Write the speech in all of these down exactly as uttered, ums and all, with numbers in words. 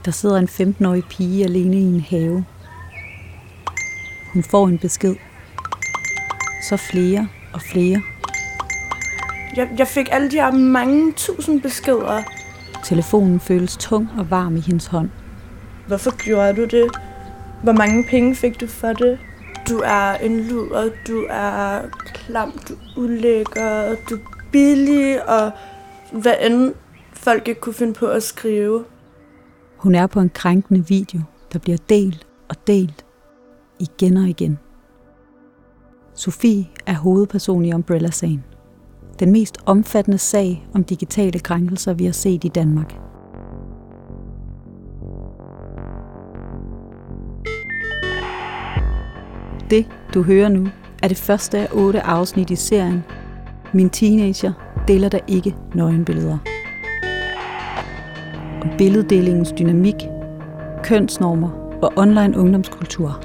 Der sidder en femten-årig pige alene i en have. Hun får en besked. Så flere og flere. Jeg, jeg fik alle de her mange tusind beskeder. Telefonen føles tung og varm i hendes hånd. Hvorfor gjorde du det? Hvor mange penge fik du for det? Du er en luder, du er klam, du er ulækker, du er billig, og hvad end folk ikke kunne finde på at skrive. Hun er på en krænkende video, der bliver delt og delt igen og igen. Sofie er hovedperson i Umbrella-sagen. Den mest omfattende sag om digitale krænkelser, vi har set i Danmark. Det, du hører nu, er det første af otte afsnit i serien Min teenager deler der ikke nøgenbilleder. Om billeddelingens dynamik, kønsnormer og online ungdomskultur.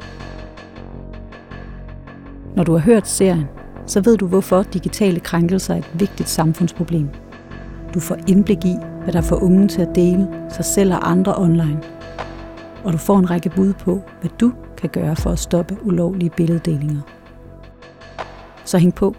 Når du har hørt serien, så ved du, hvorfor digitale krænkelser er et vigtigt samfundsproblem. Du får indblik i, hvad der får unge til at dele sig selv og andre online. Og du får en række bud på, hvad du kan gøre for at stoppe ulovlige billeddelinger. Så hæng på.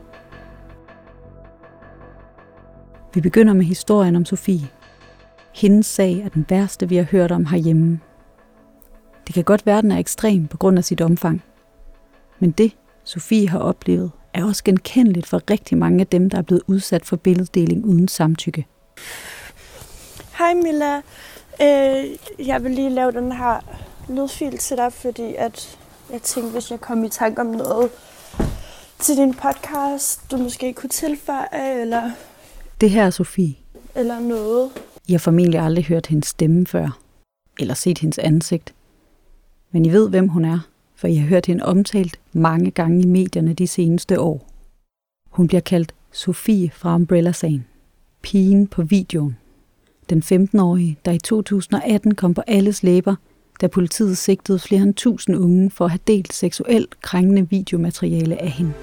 Vi begynder med historien om Sofie. Hendes sag er den værste, vi har hørt om herhjemme. Det kan godt være, den er ekstrem på grund af sit omfang. Men det, Sofie har oplevet, er også genkendeligt for rigtig mange af dem, der er blevet udsat for billeddeling uden samtykke. Hej Milla. Øh, jeg vil lige lave den her lydfil til dig, fordi at jeg tænkte, hvis jeg kom i tanke om noget til din podcast, du måske kunne tilføje, eller... Det her er Sofie. Eller noget. I har formentlig aldrig hørt hendes stemme før, eller set hendes ansigt. Men I ved, hvem hun er, for I har hørt hende omtalt mange gange i medierne de seneste år. Hun bliver kaldt Sofie fra Umbrella-sagen. Pigen på videoen. Den femten-årige, der i to tusind og atten kom på alles læber, da politiet sigtede flere end tusind unge for at have delt seksuelt krænkende videomateriale af hende.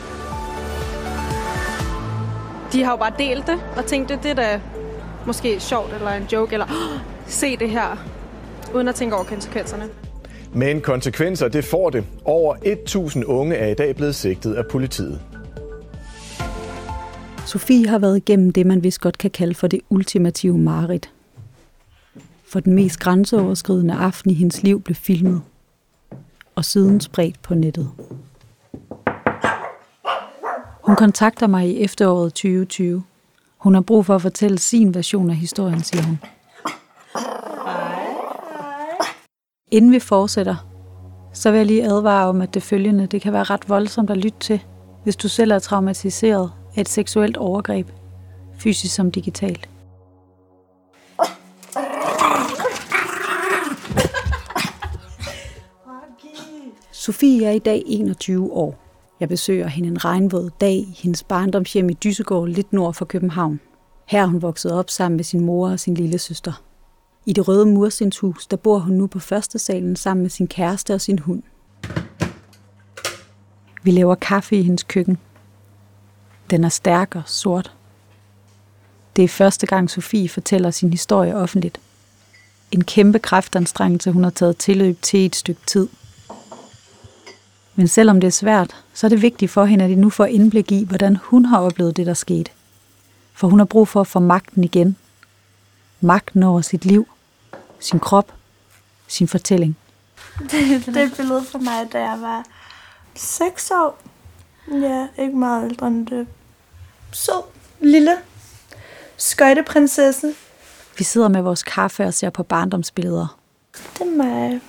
De har jo bare delt det, og tænkt, det, det er da måske sjovt, eller en joke, eller oh, se det her, uden at tænke over konsekvenserne. Men konsekvenser, det får det. Over tusind unge er i dag blevet sigtet af politiet. Sofie har været igennem det, man vist godt kan kalde for det ultimative mareridt. For den mest grænseoverskridende aften i hendes liv blev filmet, og siden spredt på nettet. Hun kontakter mig i efteråret tyve tyve. Hun har brug for at fortælle sin version af historien, siger hun. Inden vi fortsætter, så vil jeg lige advare om, at det følgende det kan være ret voldsomt at lytte til, hvis du selv er traumatiseret af et seksuelt overgreb, fysisk som digitalt. Sofie er i dag enogtyve år. Jeg besøger hende en regnvåd dag i hendes barndomshjem i Dyssegård, lidt nord for København. Her er hun vokset op sammen med sin mor og sin lille søster. I det røde murstenshus, der bor hun nu på første salen sammen med sin kæreste og sin hund. Vi laver kaffe i hendes køkken. Den er stærk og sort. Det er første gang Sofie fortæller sin historie offentligt. En kæmpe kræftanstrengelse, hun har taget tilløb til et stykke tid. Men selvom det er svært, så er det vigtigt for hende, at I nu får indblik i, hvordan hun har oplevet det, der skete. For hun har brug for at få magten igen. Magten over sit liv, sin krop, sin fortælling. Det, det er et billede fra mig, da jeg var seks år. Ja, ikke meget ældre end det. Så lille skøjteprinsesse. Vi sidder med vores kaffe og ser på barndomsbilleder. Det er mig.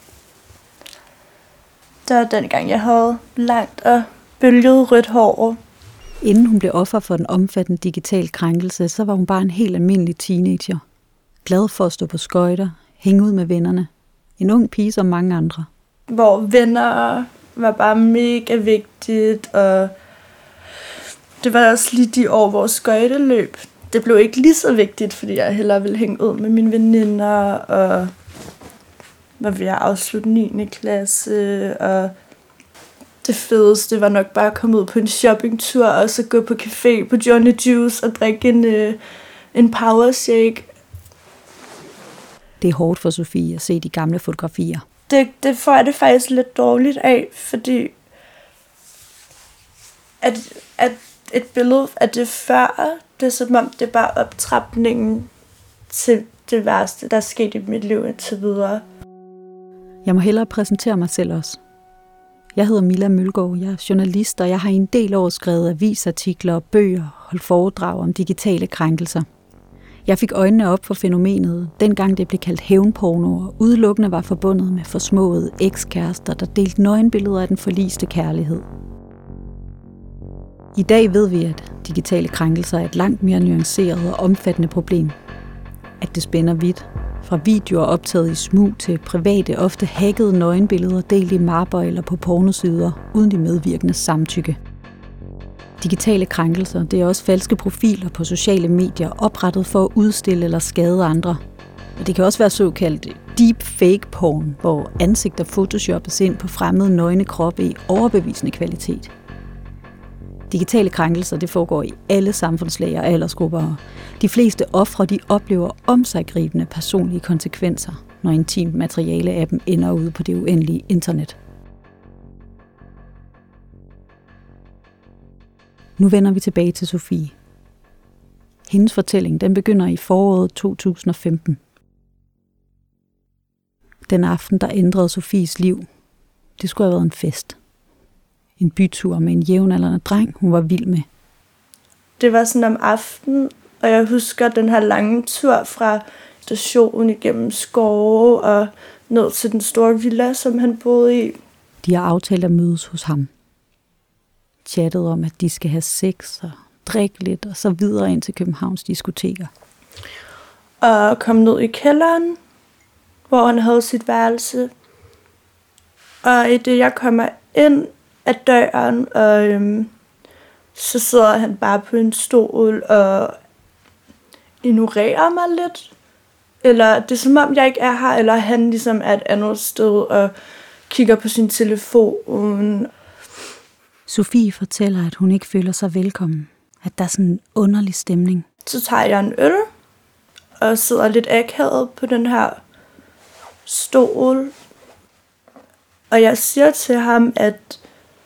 Det var dengang, jeg havde langt og bølget rødt hår. Inden hun blev offer for den omfattende digital krænkelse, så var hun bare en helt almindelig teenager. Glad for at stå på skøjter, hænge ud med vennerne. En ung pige som mange andre. Hvor venner var bare mega vigtigt, og det var også lige de år, hvor skøjteløb, det blev ikke lige så vigtigt, fordi jeg hellere ville hænge ud med mine veninder, og var ved at afslutte niende klasse, og det fedeste var nok bare at komme ud på en shoppingtur, og så gå på café på Johnny Juice og drikke en, en power shake. Det er hårdt for Sofie at se de gamle fotografier. Det, det får jeg det faktisk lidt dårligt af, fordi at, at et billede af det før, det er som om det er bare optrapningen til det værste, der er sket i mit liv indtil videre. Jeg må hellere præsentere mig selv også. Jeg hedder Milla Mølgaard, jeg er journalist, og jeg har i en del år skrevet avisartikler og bøger, holdt foredrag om digitale krænkelser. Jeg fik øjnene op for fænomenet, dengang det blev kaldt hævnporno, og udelukkende var forbundet med forsmåede ekskærester, der delte nøgenbilleder af den forliste kærlighed. I dag ved vi, at digitale krænkelser er et langt mere nuanceret og omfattende problem. At det spænder vidt, fra videoer optaget i smug til private, ofte hackede nøgenbilleder delt i mapper eller på pornosider, uden de medvirkende samtykke. Digitale krænkelser, det er også falske profiler på sociale medier, oprettet for at udstille eller skade andre. Og det kan også være såkaldt deepfake porn, hvor ansigter photoshoppes ind på fremmede nøgne kroppe i overbevisende kvalitet. Digitale krænkelser, det foregår i alle samfundslag og aldersgrupper. De fleste ofre, de oplever omsiggribende personlige konsekvenser, når intimt materiale af dem ender ude på det uendelige internet. Nu vender vi tilbage til Sofie. Hendes fortælling, den begynder i foråret to tusind og femten. Den aften, der ændrede Sofies liv, det skulle have været en fest. En bytur med en jævnaldrende dreng, hun var vild med. Det var sådan om aftenen, og jeg husker den her lange tur fra stationen igennem skove og ned til den store villa, som han boede i. De har aftalt at mødes hos ham. Chattet om, at de skal have sex og drikke lidt, og så videre ind til Københavns diskoteker. Og kom ned i kælderen, hvor han havde sit værelse. Og i det, jeg kommer ind af døren, og øhm, så sidder han bare på en stol og ignorerer mig lidt. Eller det er som om, jeg ikke er her, eller han ligesom er et andet sted og kigger på sin telefon. Sofie fortæller, at hun ikke føler sig velkommen. At der er sådan en underlig stemning. Så tager jeg en øl og sidder lidt akavet på den her stol. Og jeg siger til ham, at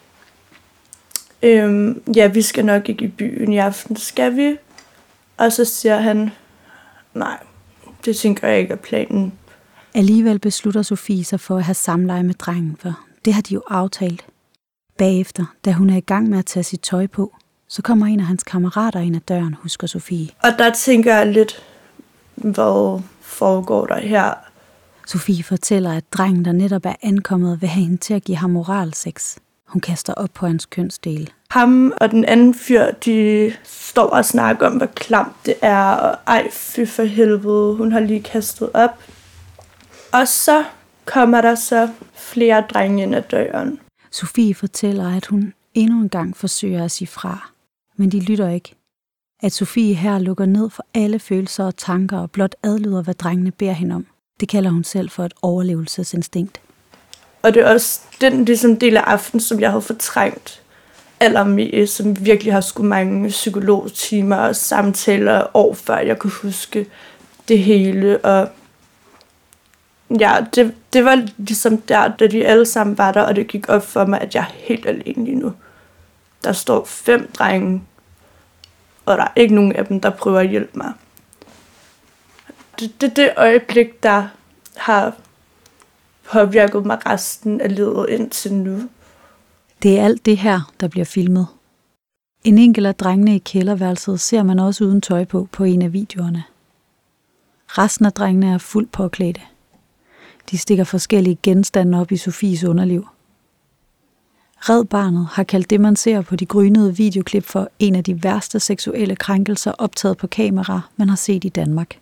øhm, ja, vi skal nok ikke i byen i aften, skal vi? Og så siger han, nej, det tænker jeg ikke er planen. Alligevel beslutter Sofie sig for at have samleje med drengen, for det har de jo aftalt. Bagefter, da hun er i gang med at tage sit tøj på, så kommer en af hans kammerater ind ad døren, husker Sofie. Og der tænker jeg lidt, hvad foregår der her? Sofie fortæller, at drengen, der netop er ankommet, vil have hende til at give ham moralsex. Hun kaster op på hans kønsdele. Ham og den anden fyr, de står og snakker om, hvor klamt det er, og ej, fy for helvede, hun har lige kastet op. Og så kommer der så flere drenge ind ad døren. Sofie fortæller, at hun endnu en gang forsøger at sige fra, men de lytter ikke. At Sofie her lukker ned for alle følelser og tanker og blot adlyder, hvad drengene beder hende om. Det kalder hun selv for et overlevelsesinstinkt. Og det er også den ligesom, del af aftenen, som jeg havde fortrængt allermest, som virkelig har skulle mange psykologtimer og samtaler år før jeg kunne huske det hele. Og ja, det, det var ligesom der, da de alle sammen var der, og det gik op for mig, at jeg er helt alene lige nu. Der står fem drenge, og der er ikke nogen af dem, der prøver at hjælpe mig. Det er det øjeblik, der har påvirket mig resten af livet indtil nu. Det er alt det her, der bliver filmet. En enkelt af drengene i kælderværelset ser man også uden tøj på på en af videoerne. Resten af drengene er fuldt påklædte. De stikker forskellige genstande op i Sofies underliv. Red Barnet har kaldt det, man ser på de grynede videoklip, for en af de værste seksuelle krænkelser optaget på kamera, man har set i Danmark.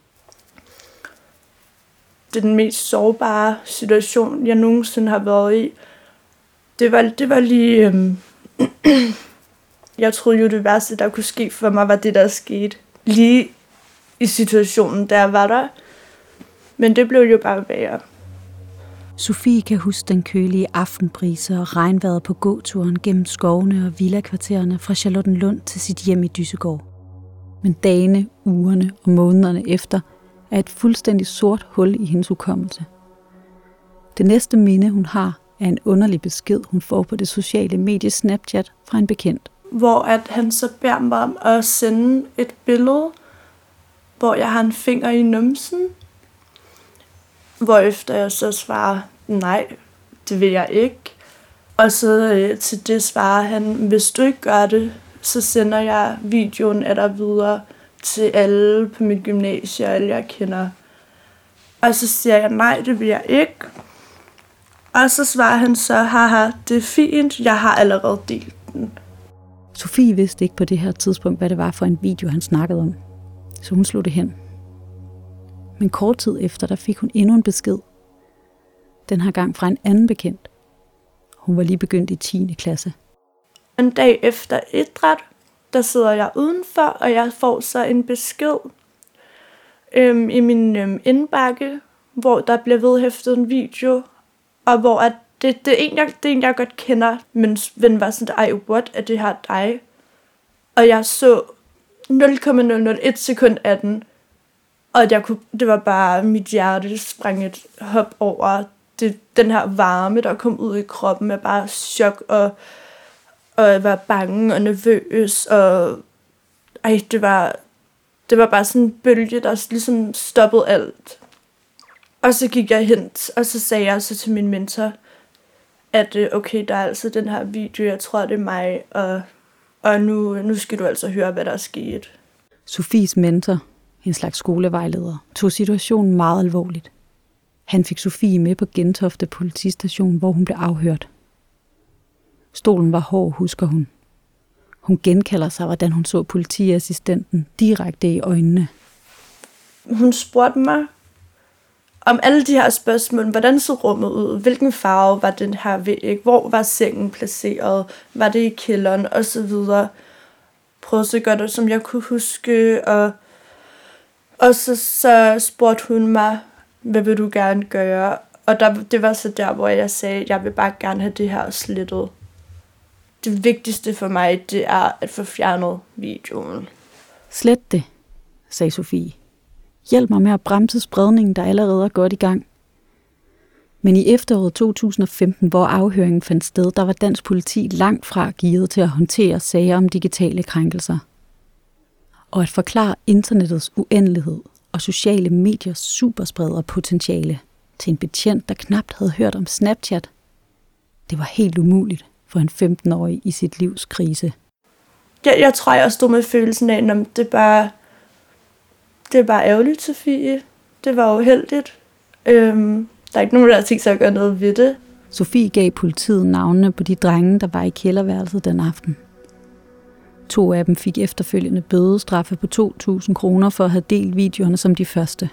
Det er den mest sårbare situation, jeg nogensinde har været i. Det var, det var lige... Øhm, jeg troede jo, det værste, der kunne ske for mig, var det, der skete lige i situationen, der var der. Men det blev jo bare værre. Sofie kan huske den kølige aftenbrise og regnvejret på gåturen gennem skovene og villakvartererne fra Charlottenlund til sit hjem i Dyssegård. Men dagene, ugerne og månederne efter er et fuldstændig sort hul i hendes hukommelse. Det næste minde, hun har, er en underlig besked, hun får på det sociale medie Snapchat fra en bekendt. Hvor at han så beder mig om at sende et billede, hvor jeg har en finger i numsen. Hvorefter jeg så svarer, nej, det vil jeg ikke. Og så øh, til det svarer han, hvis du ikke gør det, så sender jeg videoen af dig videre til alle på mit gymnasie, og alle jeg kender. Og så siger jeg, nej, det vil jeg ikke. Og så svarer han så, haha, det er fint, jeg har allerede delt den. Sofie vidste ikke på det her tidspunkt, hvad det var for en video, han snakkede om. Så hun slog det hen. Men kort tid efter, der fik hun endnu en besked. Den her gang fra en anden bekendt. Hun var lige begyndt i tiende klasse. En dag efter idræt, der sidder jeg udenfor, og jeg får så en besked øhm, i min øhm, indbakke, hvor der bliver vedhæftet en video, og hvor at det, det, er en, jeg, det er en, jeg godt kender, men ven var sådan, ej, what, er det her dig? Og jeg så nul komma nul nul et sekund af den, og jeg kunne, det var bare, mit hjerte sprang et hop over det, den her varme, der kom ud i kroppen, med bare chok, og, og jeg var bange og nervøs, og ej, det var, det var bare sådan en bølge, der ligesom stoppede alt. Og så gik jeg hen, og så sagde jeg så til min mentor, at okay, der er altså den her video, jeg tror, det er mig, og, og nu, nu skal du altså høre, hvad der er sket. Sofies mentor, en slags skolevejleder, tog situationen meget alvorligt. Han fik Sofie med på Gentofte politistation, hvor hun blev afhørt. Stolen var hård, husker hun. Hun genkalder sig, hvordan hun så politiassistenten direkte i øjnene. Hun spurgte mig om alle de her spørgsmål. Hvordan så rummet ud? Hvilken farve var den her væg? Hvor var sengen placeret? Var det i kælderen? Og så videre. Prøvede så godt det, som jeg kunne huske. Og, og så, så spurgte hun mig, hvad vil du gerne gøre? Og der, det var så der, hvor jeg sagde, jeg vil bare gerne have det her slettet. Det vigtigste for mig, det er at få fjernet videoen. Slet det, sagde Sofie. Hjælp mig med at bremse spredningen, der allerede er godt i gang. Men i efteråret to tusind og femten, hvor afhøringen fandt sted, der var dansk politi langt fra gearet til at håndtere sager om digitale krænkelser. Og at forklare internettets uendelighed og sociale mediers supersprederpotentiale til en betjent, der knapt havde hørt om Snapchat, det var helt umuligt for en femten-årig i sit livs krise. Jeg, jeg tror, jeg stod med følelsen af, at det bare, det er bare ærgerligt, Sofie. Det var uheldigt. Øhm, der er ikke nogen, der har tænkt sig at gøre noget ved det. Sofie gav politiet navnene på de drenge, der var i kælderværelset den aften. To af dem fik efterfølgende bødestraffe på to tusind kroner for at have delt videoerne som de første.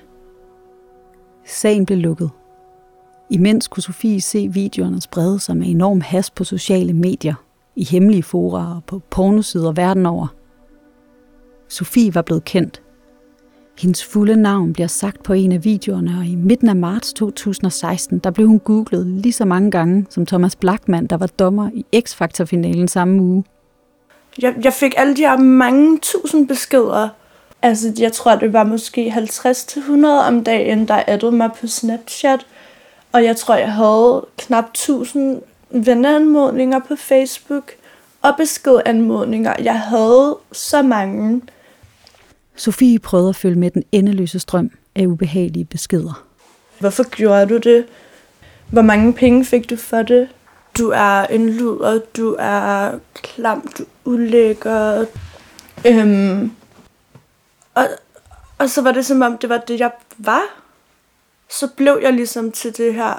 Sagen blev lukket. Imens kunne Sofie se videoerne sprede sig med enorm hast på sociale medier, i hemmelige fora og på pornosider verden over. Sofie var blevet kendt. Hendes fulde navn bliver sagt på en af videoerne, og i midten af marts to tusind og seksten, der blev hun googlet lige så mange gange som Thomas Blachmann, der var dommer i X-Factor-finalen samme uge. Jeg, jeg fik alle de her mange tusind beskeder. Altså, jeg tror, det var måske halvtreds til hundrede om dagen, der addede mig på Snapchat. Og jeg tror, jeg havde knap tusind venneanmodninger på Facebook og beskedanmodninger. Jeg havde så mange. Sofie prøvede at følge med den endeløse strøm af ubehagelige beskeder. Hvorfor gjorde du det? Hvor mange penge fik du for det? Du er en luder, du er klam, du er ulækker. Øhm, og, og så var det som om, det var det, jeg var. Så blev jeg ligesom til det her,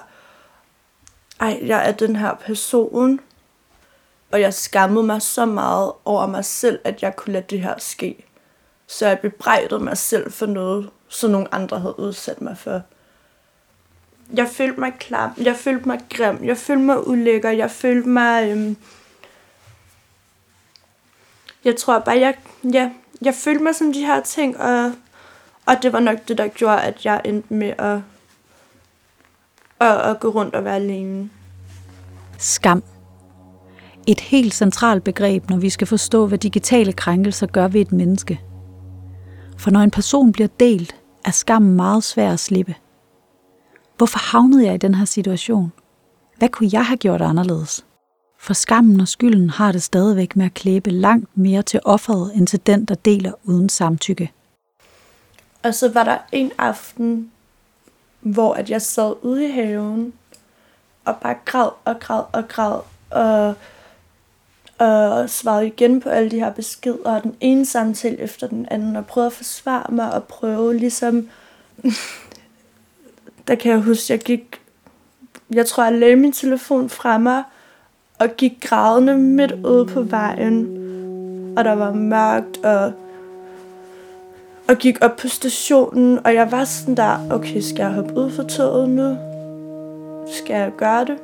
ej, jeg er den her person. Og jeg skammede mig så meget over mig selv, at jeg kunne lade det her ske. Så jeg bebrejdede mig selv for noget, som nogle andre havde udsat mig for. Jeg følte mig klam, jeg følte mig grim, jeg følte mig ulækker, jeg følte mig... Øhm, jeg tror bare, jeg, ja, jeg følte mig som de her ting, og, og det var nok det, der gjorde, at jeg endte med at, at, at gå rundt og være alene. Skam. Et helt centralt begreb, når vi skal forstå, hvad digitale krænkelser gør ved et menneske. For når en person bliver delt, er skammen meget svær at slippe. Hvorfor havnede jeg i den her situation? Hvad kunne jeg have gjort anderledes? For skammen og skylden har det stadigvæk med at klæbe langt mere til offeret, end til den, der deler uden samtykke. Og så var der en aften, hvor at jeg sad ude i haven, og bare græd og græd og græd, og, og svarede igen på alle de her beskeder, og den ene samtale efter den anden, og prøvede at forsvare mig, og prøve ligesom... Der kan jeg huske, jeg gik... Jeg tror, jeg lagde min telefon fra mig, og gik grædende midt ude på vejen, og der var mørkt, og, og gik op på stationen, og jeg var sådan der, okay, skal jeg hoppe ud for toget nu? Skal jeg gøre det?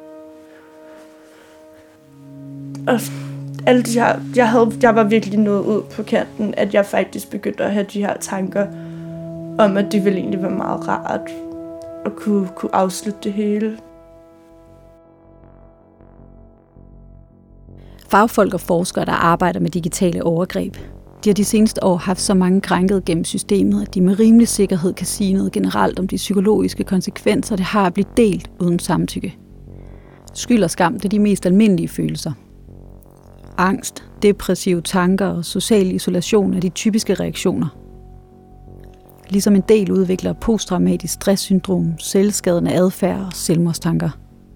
Og alle de her, jeg, havde, jeg var virkelig nået ud på kanten, at jeg faktisk begyndte at have de her tanker om, at det ville egentlig være meget rart at kunne, kunne afslutte det hele. Fagfolk og forskere, der arbejder med digitale overgreb, de har de seneste år haft så mange krænket gennem systemet, at de med rimelig sikkerhed kan sige noget generelt om de psykologiske konsekvenser, det har at blive delt uden samtykke. Skyld og skam, det er de mest almindelige følelser. Angst, depressive tanker og social isolation er de typiske reaktioner. Ligesom en del udvikler posttraumatisk stresssyndrom, selvskadende adfærd og selvmordstanker.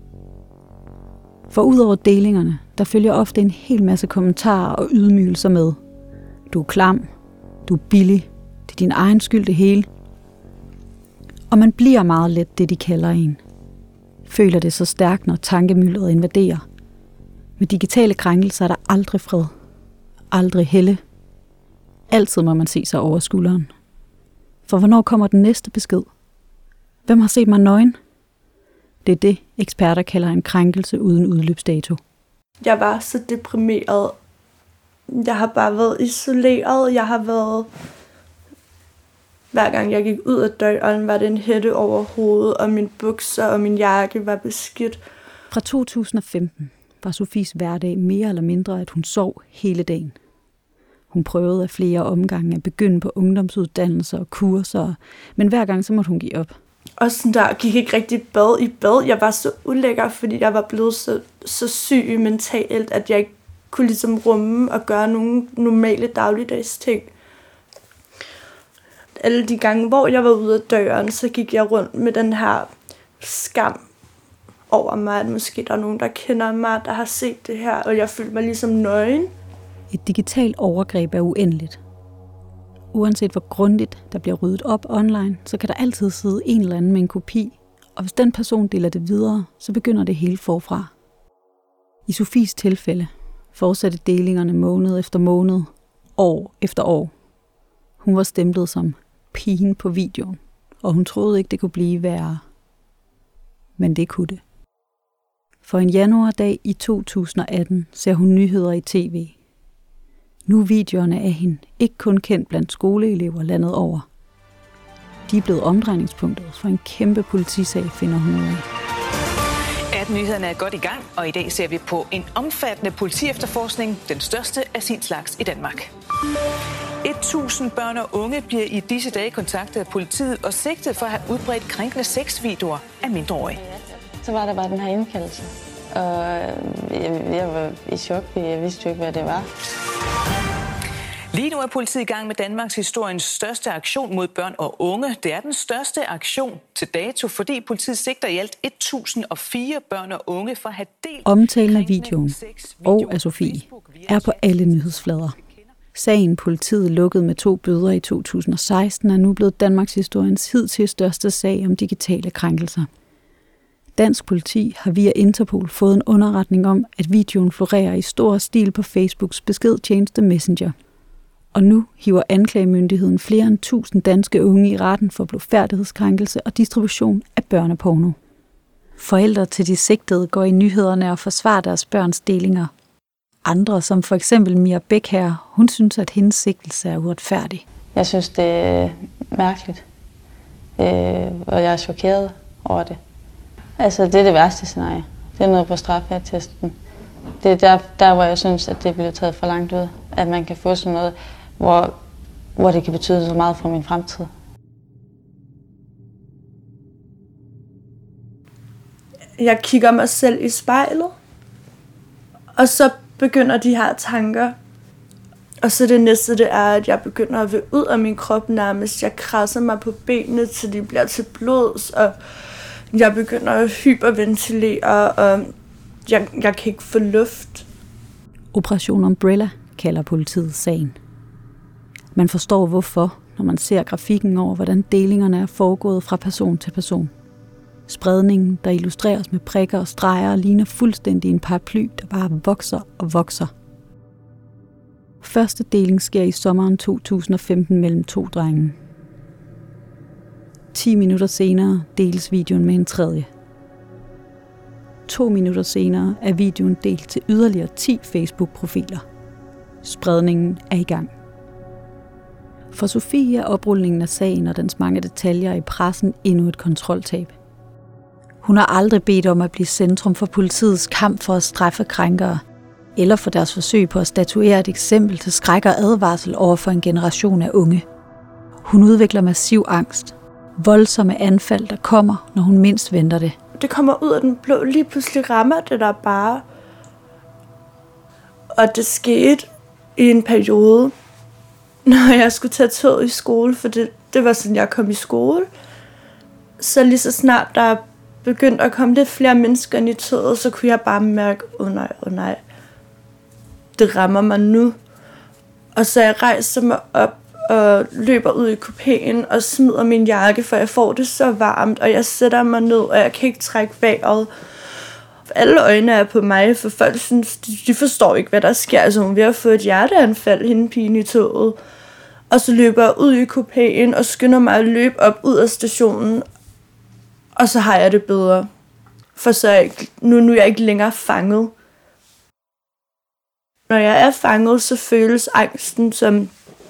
For udover delingerne, der følger ofte en hel masse kommentarer og ydmygelser med. Du er klam, du er billig, det er din egen skyld det hele. Og man bliver meget let det, de kalder en. Føler det så stærkt, når tankemyldret invaderer. Med digitale krænkelser er der aldrig fred. Aldrig helle. Altid må man se sig over skulderen. For hvornår kommer den næste besked? Hvem har set mig nøgen? Det er det, eksperter kalder en krænkelse uden udløbsdato. Jeg var så deprimeret. Jeg har bare været isoleret. Jeg har været... Hver gang jeg gik ud af døren, var det en hætte over hovedet, og mine bukser og min jakke var beskidt. Fra to tusind og femten var Sofies hverdag mere eller mindre, at hun sov hele dagen. Hun prøvede af flere omgange at begynde på ungdomsuddannelser og kurser, men hver gang så måtte hun give op. Og sådan der gik ikke rigtig bad i bad. Jeg var så ulækker, fordi jeg var blevet så, så syg mentalt, at jeg ikke kunne ligesom rumme og gøre nogle normale dagligdags ting. Alle de gange, hvor jeg var ude af døren, så gik jeg rundt med den her skam over mig, at måske der er nogen, der kender mig, der har set det her, og jeg følte mig ligesom nøgen. Et digitalt overgreb er uendeligt. Uanset hvor grundigt der bliver ryddet op online, så kan der altid sidde en eller anden med en kopi, og hvis den person deler det videre, så begynder det hele forfra. I Sofies tilfælde fortsatte delingerne måned efter måned, år efter år. Hun var stemplet som pigen på videoen, og hun troede ikke, det kunne blive værre. Men det kunne det. For en januardag i to tusind og atten ser hun nyheder i tv. Nu er videoerne af hende ikke kun kendt blandt skoleelever landet over. De er blevet omdrejningspunktet for en kæmpe politisag, finder hun ud af. Nyhederne er godt i gang, og i dag ser vi på en omfattende politiefterforskning, den største af sin slags i Danmark. tusind børn og unge bliver i disse dage kontaktet af politiet og sigtet for at have udbredt krænkende sexvideoer af mindreårige. Så var der bare den her indkaldelse, og jeg, jeg var i chok, jeg vidste jo ikke, hvad det var. Lige nu er politiet i gang med Danmarks historiens største aktion mod børn og unge. Det er den største aktion til dato, fordi politiet sigter i alt et tusind og fire børn og unge for at have delt... Omtalen af videoen og af Sofie er på alle nyhedsflader. Sagen politiet lukkede med to bøder i to tusind og seksten er nu blevet Danmarks historiens hidtil største sag om digitale krænkelser. Dansk politi har via Interpol fået en underretning om, at videoen florerer i stor stil på Facebooks beskedtjeneste Messenger. Og nu hiver anklagemyndigheden flere end tusind danske unge i retten for blufærdighedskrænkelse og distribution af børneporno. Forældre til de sigtede går i nyhederne og forsvarer deres børns delinger. Andre, som for eksempel Mia Bæk her, hun synes, at hendes sigtelse er uretfærdig. Jeg synes, det er mærkeligt, øh, og jeg er chokeret over det. Altså, det er det værste scenarie. Det er noget på straffeattesten. Det er der, der, hvor jeg synes, at det bliver taget for langt ud. At man kan få sådan noget, hvor, hvor det kan betyde så meget for min fremtid. jeg kigger mig selv i spejlet, og så begynder de her tanker. Og så det næste, det er, at jeg begynder at være ud af min krop nærmest. Jeg krasser mig på benene, til de bliver til blods, og jeg begynder at hyperventilere, og jeg, jeg kan ikke få luft. Operation Umbrella kalder politiet sagen. Man forstår hvorfor, når man ser grafikken over, hvordan delingerne er foregået fra person til person. Spredningen, der illustreres med prikker og streger, ligner fuldstændig en paraply, der bare vokser og vokser. Første deling sker i sommeren to tusind og femten mellem to drenge. ti minutter senere deles videoen med en tredje. To minutter senere er videoen delt til yderligere ti Facebook-profiler. Spredningen er i gang. For Sofie er oprulningen af sagen og dens mange detaljer i pressen endnu et kontroltab. Hun har aldrig bedt om at blive centrum for politiets kamp for at straffe krænkere, eller for deres forsøg på at statuere et eksempel til skræk og advarsel over for en generation af unge. Hun udvikler massiv angst. Voldsomme anfald, der kommer, når hun mindst venter det. Det kommer ud af den blå. Lige pludselig rammer det der bare. Og det skete i en periode, når jeg skulle tage toget i skole, for det, det var sådan, jeg kom i skole. Så lige så snart der begyndte at komme lidt flere mennesker ind i toget, så kunne jeg bare mærke, åh oh nej, åh oh nej, det rammer mig nu. Og så jeg rejser mig op og løber ud i kupéen og smider min jakke, for jeg får det så varmt, og jeg sætter mig ned, og jeg kan ikke trække vejret. Alle øjne er på mig, for folk synes, de, de forstår ikke, hvad der sker. Altså, hun er ved at få et hjerteanfald, hende pigen i toget. Og så løber jeg ud i kupéen og skynder mig at løbe op ud af stationen, og så har jeg det bedre. For så er jeg, nu, nu er jeg ikke længere fanget. Når jeg er fanget, så føles angsten som,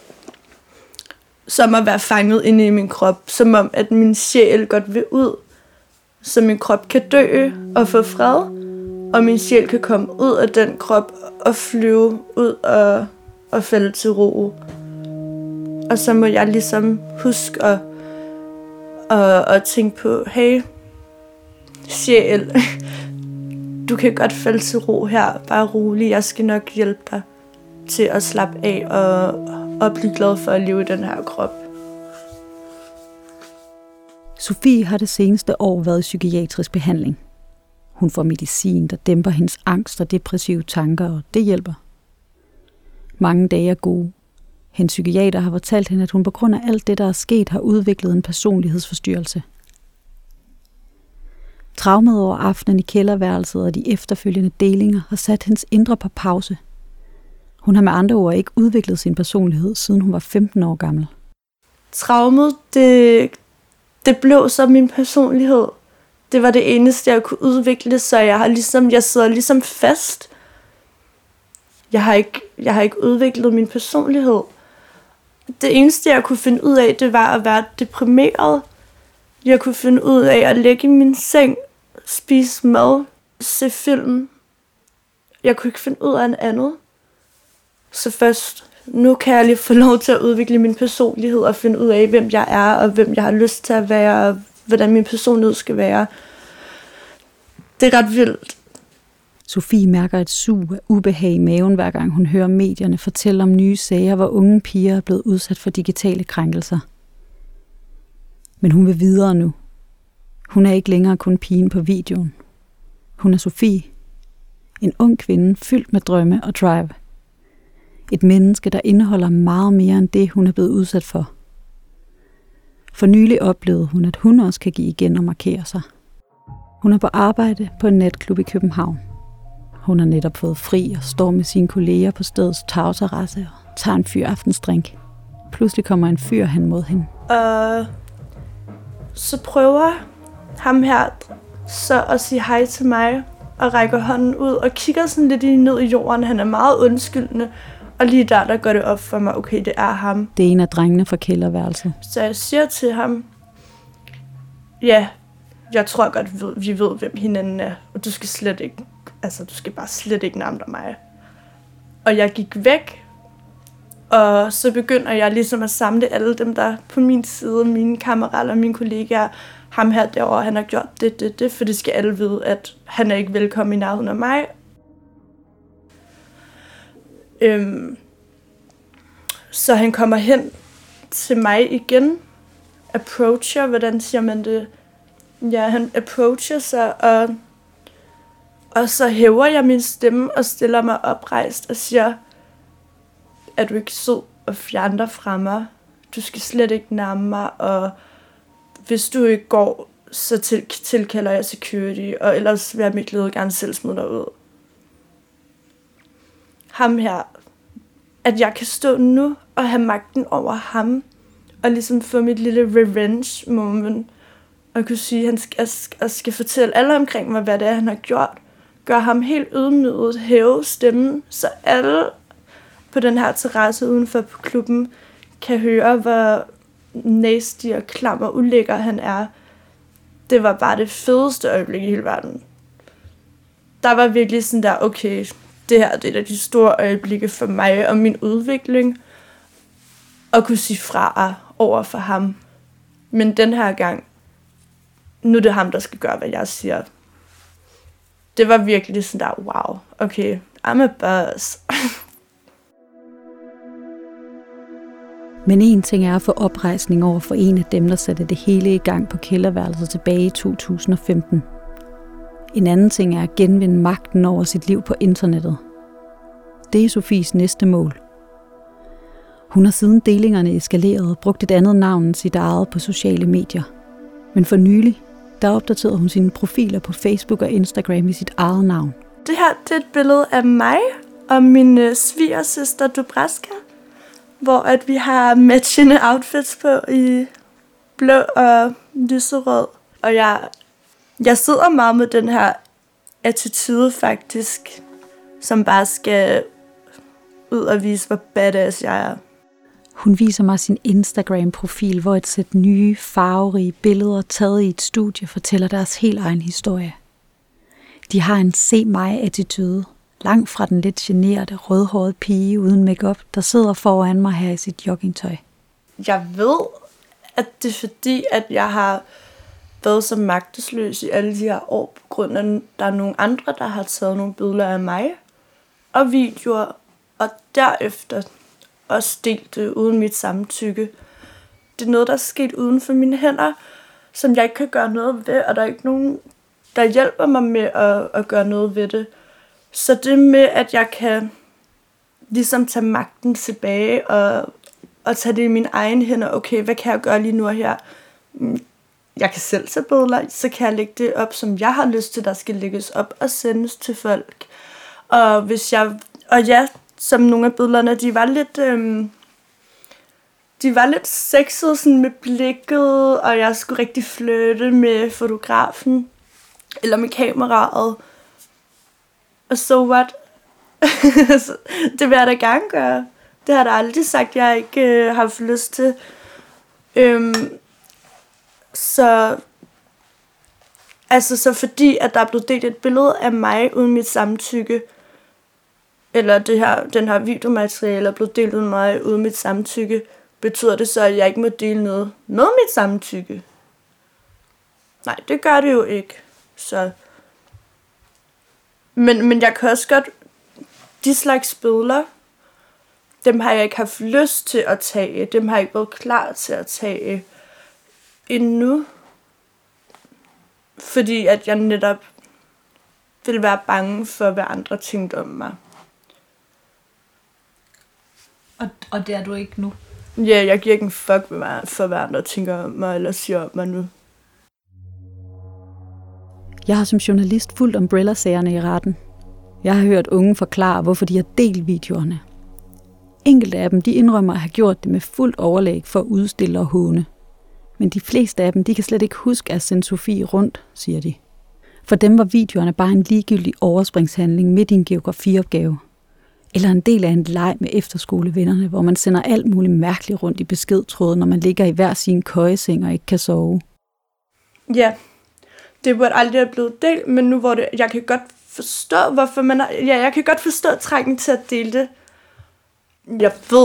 som at være fanget inde i min krop. Som om, at min sjæl godt vil ud. Så min krop kan dø og få fred. Og min sjæl kan komme ud af den krop og flyve ud og, og falde til ro. Og så må jeg ligesom huske at, at, at tænke på, hey, sjæl, du kan godt falde til ro her. Bare rolig, jeg skal nok hjælpe dig til at slappe af og, og blive glad for at leve i den her krop. Sofie har det seneste år været i psykiatrisk behandling. Hun får medicin, der dæmper hendes angst og depressive tanker, og det hjælper. Mange dage er gode. Hendes psykiater har fortalt hende, at hun på grund af alt det, der er sket, har udviklet en personlighedsforstyrrelse. Traumet over aftenen i kælderværelset og de efterfølgende delinger har sat hendes indre på pause. Hun har med andre ord ikke udviklet sin personlighed, siden hun var femten år gammel. Traumet, det, det blev så min personlighed. Det var det eneste, jeg kunne udvikle, så jeg har ligesom, jeg sidder ligesom fast. Jeg har ikke, jeg har ikke udviklet min personlighed. Det eneste, jeg kunne finde ud af, det var at være deprimeret. Jeg kunne finde ud af at ligge i min seng, spise mad, se film. Jeg kunne ikke finde ud af en andet. Så først, nu kan jeg lige få lov til at udvikle min personlighed og finde ud af, hvem jeg er, og hvem jeg har lyst til at være, og hvordan min personlighed skal være. Det er ret vildt. Sofie mærker et sug af ubehag i maven, hver gang hun hører medierne fortælle om nye sager, hvor unge piger er blevet udsat for digitale krænkelser. Men hun vil videre nu. Hun er ikke længere kun pigen på videoen. Hun er Sofie. En ung kvinde fyldt med drømme og drive. Et menneske, der indeholder meget mere end det, hun er blevet udsat for. For nylig oplevede hun, at hun også kan give igen og markere sig. Hun er på arbejde på en natklub i København. Hun har netop fået fri og står med sine kolleger på stedets tagterrasse og tager en fyraftensdrink. Pludselig kommer en fyr hen mod hende. Og så prøver ham her så at sige hej til mig og rækker hånden ud og kigger sådan lidt ned i jorden. Han er meget undskyldende. Og lige der, der går det op for mig, okay, det er ham. Det er en af drengene fra kælderværelset. Så jeg siger til ham, ja, jeg tror godt, vi ved, hvem hinanden er. Og du skal slet ikke, altså du skal bare slet ikke nærme dig mig. Og jeg gik væk. Og så begynder jeg ligesom at samle alle dem, der på min side, mine kammerater og mine kollegaer, ham her derovre, han har gjort det, det, det, for det skal alle vide, at han er ikke velkommen i nærheden af mig. Øhm, så han kommer hen til mig igen, approacher, hvordan siger man det? Ja, han approacher sig, og, og så hæver jeg min stemme og stiller mig oprejst og siger, er du ikke sød og fjerne dig fra mig? Du skal slet ikke nærme mig, og hvis du ikke går, så til, tilkalder jeg security, og ellers vil jeg mit lede gerne selv smide dig ud. Ham her, at jeg kan stå nu og have magten over ham, og ligesom få mit lille revenge moment, og kunne sige, at han skal, skal, skal fortælle alle omkring mig, hvad det er, han har gjort. Gør ham helt ydmyget, hæve stemmen, så alle på den her terrasse udenfor på klubben kan høre, hvor nasty og klam og ulækker han er. Det var bare det fedeste øjeblik i hele verden. Der var virkelig sådan der, okay, det her det er de store øjeblikke for mig og min udvikling, at kunne sige fra over for ham. Men den her gang, nu er det ham, der skal gøre, hvad jeg siger. Det var virkelig sådan der, wow, okay, I'm a boss. Men en ting er at få oprejsning over for en af dem, der satte det hele i gang på kælderværelset tilbage i to tusind og femten. En anden ting er at genvinde magten over sit liv på internettet. Det er Sofies næste mål. Hun har siden delingerne eskalerede brugt et andet navn end sit eget på sociale medier. Men for nylig, der opdaterede hun sine profiler på Facebook og Instagram i sit eget navn. Det her det er et billede af mig og min øh, svigersøster Dubraska, hvor at vi har matchende outfits på i blå og lyserød. Og jeg, jeg sidder meget med den her attitude faktisk, som bare skal ud og vise, hvor badass jeg er. Hun viser mig sin Instagram-profil, hvor et sæt nye, farverige billeder taget i et studie fortæller deres helt egen historie. De har en se mig-attitude, langt fra den lidt generede, rødhårede pige uden makeup, der sidder foran mig her i sit joggingtøj. Jeg ved, at det er fordi, at jeg har været så magtesløs i alle de her år, på grund af, at der er nogle andre, der har taget nogle billeder af mig og videoer, og derefter også delt det uden mit samtykke. Det er noget, der er sket uden for mine hænder, som jeg ikke kan gøre noget ved, og der er ikke nogen, der hjælper mig med at, at gøre noget ved det. Så det med, at jeg kan ligesom tage magten tilbage og, og tage det i mine egne hænder. Okay, hvad kan jeg gøre lige nu og her? Jeg kan selv tage billeder, så kan jeg lægge det op, som jeg har lyst til, der skal lægges op og sendes til folk. Og hvis jeg, og ja, som nogle af billederne, de var lidt, øhm, de var lidt sexede sådan med blikket, og jeg skulle rigtig flytte med fotografen, eller med kameraet. Og so what? Det vil jeg da gerne gøre. Det har jeg da aldrig sagt, jeg ikke øh, har haft lyst til. Øhm, så, altså så fordi, at der er blevet delt et billede af mig uden mit samtykke, eller det her, den her videomateriale er blevet delt uden mig uden mit samtykke, betyder det så, at jeg ikke må dele noget med mit samtykke? Nej, det gør det jo ikke. Så Men, men jeg kan også godt, de slags billeder, dem har jeg ikke haft lyst til at tage. Dem har jeg ikke været klar til at tage endnu. Fordi at jeg netop vil være bange for, hvad andre tænkte om mig. Og, og det er du ikke nu? Ja, jeg giver ikke en fuck for, hvad andre tænker om mig eller siger om mig nu. Jeg har som journalist fulgt Umbrella-sagerne i retten. Jeg har hørt unge forklare, hvorfor de har delt videoerne. Enkelte af dem de indrømmer at have gjort det med fuldt overlæg for at udstille og håne. Men de fleste af dem de kan slet ikke huske at sende Sofie rundt, siger de. For dem var videoerne bare en ligegyldig overspringshandling midt i en geografiopgave. Eller en del af en leg med efterskolevennerne, hvor man sender alt muligt mærkeligt rundt i beskedtråden, når man ligger i hver sin køjeseng og ikke kan sove. Ja, det burde aldrig have blevet delt, men nu hvor det, jeg kan godt forstå, hvorfor man har, ja, jeg kan godt forstå trængen til at dele det. Jeg ved,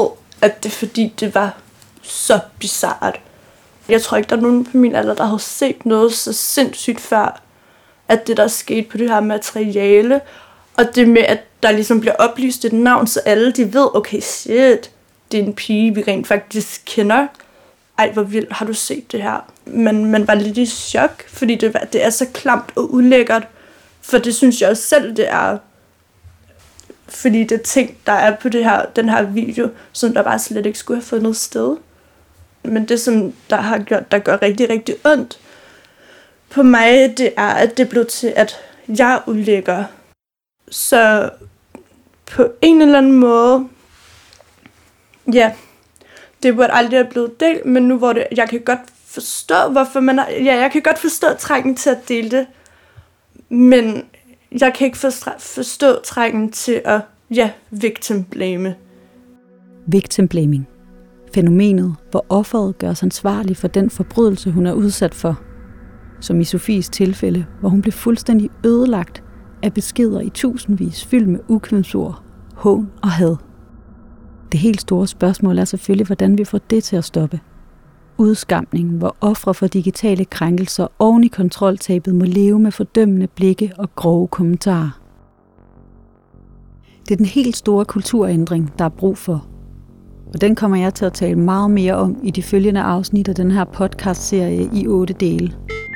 at det er fordi, det var så bizarrt. Jeg tror ikke, der er nogen på min alder, der havde set noget så sindssygt før, at det der skete på det her materiale, og det med, at der ligesom bliver oplyst et navn, så alle de ved, okay, shit, det er en pige, vi rent faktisk kender. Ej, hvor vildt, har du set det her? Men man var lidt i chok, fordi det, det er så klamt og ulækkert, for det synes jeg også selv, det er. Fordi det er ting, der er på det her, den her video, som der bare slet ikke skulle have fundet sted. Men det, som der har gjort, der gør rigtig, rigtig ondt på mig, det er, at det blev til, at jeg er ulækker. Så på en eller anden måde, ja, det burde aldrig have blevet delt, men nu hvor det, jeg kan godt forstå, hvorfor man har, ja, jeg kan godt forstå trængen til at dele det, men jeg kan ikke forstå, forstå trængen til at, ja, victim blame. Victim blaming. Fænomenet, hvor offeret gøres ansvarlig for den forbrydelse, hun er udsat for. Som i Sofies tilfælde, hvor hun blev fuldstændig ødelagt af beskeder i tusindvis fyldt med ukvemsord, hån og had. Det helt store spørgsmål er selvfølgelig, hvordan vi får det til at stoppe. Udskamningen, hvor ofre for digitale krænkelser oven i kontroltabet må leve med fordømmende blikke og grove kommentarer. Det er den helt store kulturændring, der er brug for. Og den kommer jeg til at tale meget mere om i de følgende afsnit af den her podcastserie i otte dele.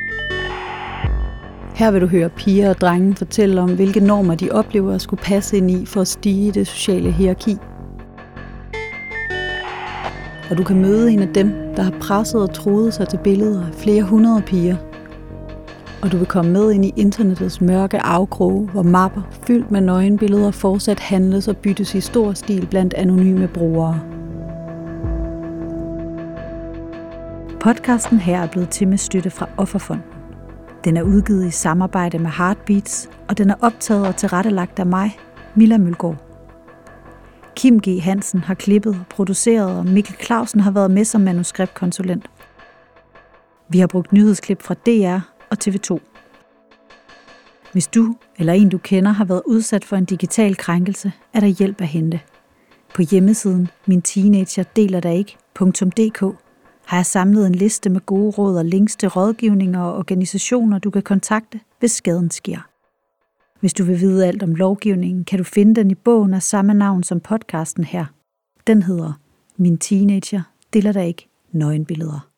Her vil du høre piger og drenge fortælle om, hvilke normer de oplever at skulle passe ind i for at stige i det sociale hierarki. Og du kan møde en af dem, der har presset og truet sig til billeder af flere hundrede piger. Og du vil komme med ind i internettets mørke afkroge, hvor mapper fyldt med nøgenbilleder fortsat handles og byttes i stor stil blandt anonyme brugere. Podcasten her er blevet til med støtte fra Offerfonden. Den er udgivet i samarbejde med Heartbeats, og den er optaget og tilrettelagt af mig, Milla Mølgaard. Kim G. Hansen har klippet og produceret, og Mikkel Clausen har været med som manuskriptkonsulent. Vi har brugt nyhedsklip fra D R og T V to. Hvis du eller en du kender har været udsat for en digital krænkelse, er der hjælp at hente. På hjemmesiden min teenager deler der ikke punktum d k har jeg samlet en liste med gode råd og links til rådgivninger og organisationer, du kan kontakte, hvis skaden sker. Hvis du vil vide alt om lovgivningen, kan du finde den i bogen af samme navn som podcasten her. Den hedder Min teenager deler der ikke nøgenbilleder.